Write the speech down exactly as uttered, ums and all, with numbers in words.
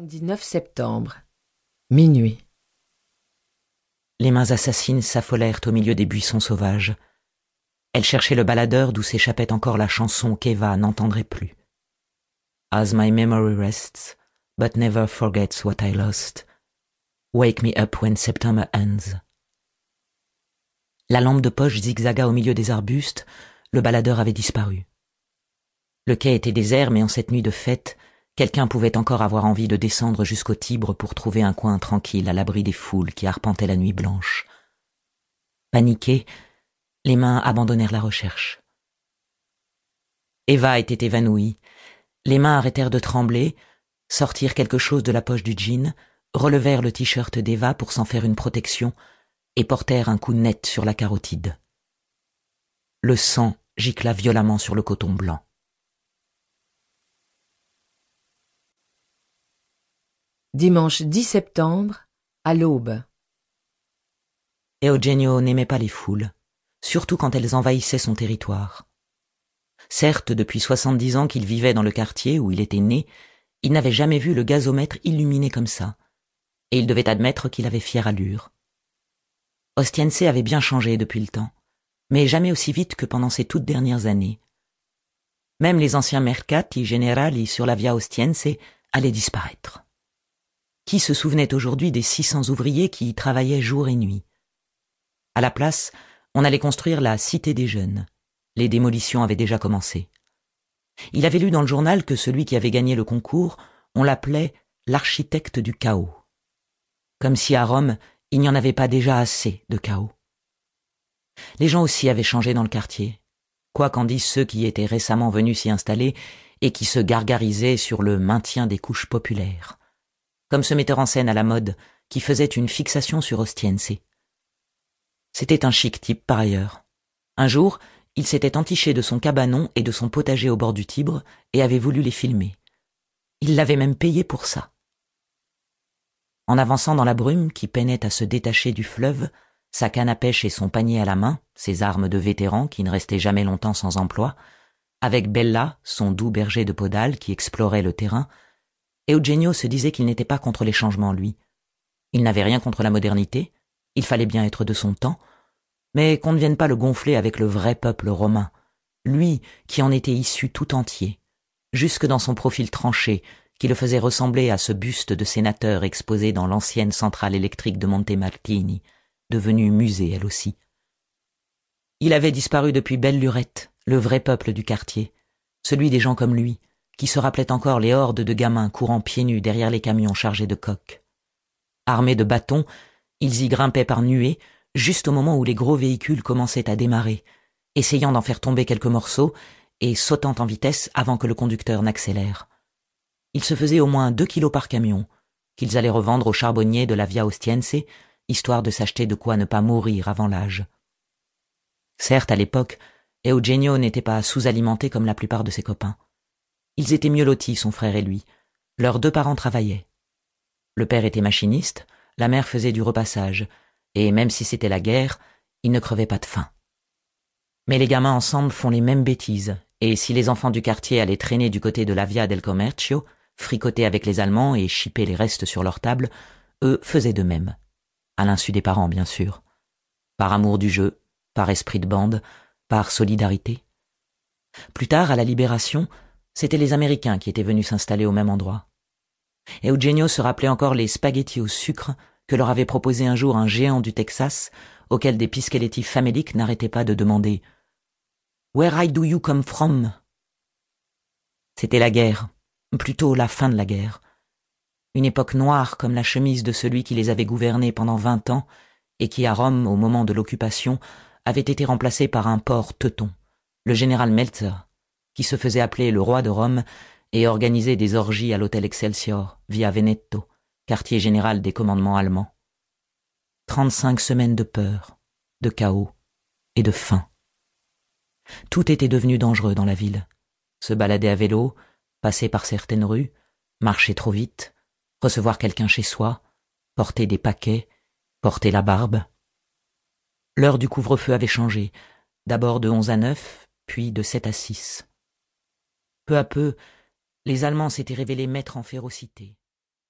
dix-neuf septembre, minuit. Les mains assassines s'affolèrent au milieu des buissons sauvages. Elle cherchait le baladeur d'où s'échappait encore la chanson qu'Eva n'entendrait plus. As my memory rests, but never forgets what I lost. Wake me up when September ends. La lampe de poche zigzaga au milieu des arbustes, le baladeur avait disparu. Le quai était désert, mais en cette nuit de fête, quelqu'un pouvait encore avoir envie de descendre jusqu'au Tibre pour trouver un coin tranquille à l'abri des foules qui arpentaient la nuit blanche. Paniqués, les mains abandonnèrent la recherche. Eva était évanouie. Les mains arrêtèrent de trembler, sortirent quelque chose de la poche du jean, relevèrent le t-shirt d'Eva pour s'en faire une protection et portèrent un coup net sur la carotide. Le sang gicla violemment sur le coton blanc. Dimanche dix septembre, à l'aube. Eugenio n'aimait pas les foules, surtout quand elles envahissaient son territoire. Certes, depuis soixante-dix ans qu'il vivait dans le quartier où il était né, il n'avait jamais vu le gazomètre illuminé comme ça, et il devait admettre qu'il avait fière allure. Ostiense avait bien changé depuis le temps, mais jamais aussi vite que pendant ces toutes dernières années. Même les anciens mercati generali sur la via Ostiense allaient disparaître. Qui se souvenait aujourd'hui des six cents ouvriers qui y travaillaient jour et nuit? À la place, on allait construire la Cité des Jeunes. Les démolitions avaient déjà commencé. Il avait lu dans le journal que celui qui avait gagné le concours, on l'appelait l'architecte du chaos. Comme si à Rome, il n'y en avait pas déjà assez de chaos. Les gens aussi avaient changé dans le quartier, quoi qu'en disent ceux qui étaient récemment venus s'y installer et qui se gargarisaient sur le maintien des couches populaires. Comme ce metteur en scène à la mode qui faisait une fixation sur Ostiense. C'était un chic type par ailleurs. Un jour, il s'était entiché de son cabanon et de son potager au bord du Tibre et avait voulu les filmer. Il l'avait même payé pour ça. En avançant dans la brume qui peinait à se détacher du fleuve, sa canne à pêche et son panier à la main, ses armes de vétéran qui ne restaient jamais longtemps sans emploi, avec Bella, son doux berger de Podale qui explorait le terrain, Eugenio se disait qu'il n'était pas contre les changements, lui. Il n'avait rien contre la modernité, il fallait bien être de son temps, mais qu'on ne vienne pas le gonfler avec le vrai peuple romain, lui qui en était issu tout entier, jusque dans son profil tranché, qui le faisait ressembler à ce buste de sénateur exposé dans l'ancienne centrale électrique de Montemartini, devenue musée elle aussi. Il avait disparu depuis belle lurette, le vrai peuple du quartier, celui des gens comme lui, qui se rappelait encore les hordes de gamins courant pieds nus derrière les camions chargés de coques. Armés de bâtons, ils y grimpaient par nuées, juste au moment où les gros véhicules commençaient à démarrer, essayant d'en faire tomber quelques morceaux et sautant en vitesse avant que le conducteur n'accélère. Ils se faisaient au moins deux kilos par camion, qu'ils allaient revendre aux charbonniers de la Via Ostiense, histoire de s'acheter de quoi ne pas mourir avant l'âge. Certes, à l'époque, Eugenio n'était pas sous-alimenté comme la plupart de ses copains. Ils étaient mieux lotis, son frère et lui. Leurs deux parents travaillaient. Le père était machiniste, la mère faisait du repassage, et même si c'était la guerre, ils ne crevaient pas de faim. Mais les gamins ensemble font les mêmes bêtises, et si les enfants du quartier allaient traîner du côté de la Via del Commercio, fricoter avec les Allemands et chipper les restes sur leur table, eux faisaient de même. À l'insu des parents, bien sûr. Par amour du jeu, par esprit de bande, par solidarité. Plus tard, à la Libération, c'étaient les Américains qui étaient venus s'installer au même endroit. Eugenio se rappelait encore les spaghettis au sucre que leur avait proposé un jour un géant du Texas, auquel des pischeletti faméliques n'arrêtaient pas de demander « Where do you come from ?» C'était la guerre, plutôt la fin de la guerre. Une époque noire comme la chemise de celui qui les avait gouvernés pendant vingt ans et qui, à Rome, au moment de l'occupation, avait été remplacé par un porc teuton, le général Meltzer, qui se faisait appeler le roi de Rome et organisait des orgies à l'hôtel Excelsior, via Veneto, quartier général des commandements allemands. Trente-cinq semaines de peur, de chaos et de faim. Tout était devenu dangereux dans la ville. Se balader à vélo, passer par certaines rues, marcher trop vite, recevoir quelqu'un chez soi, porter des paquets, porter la barbe. L'heure du couvre-feu avait changé, d'abord de onze à neuf, puis de sept à six. Peu à peu, les Allemands s'étaient révélés maîtres en férocité.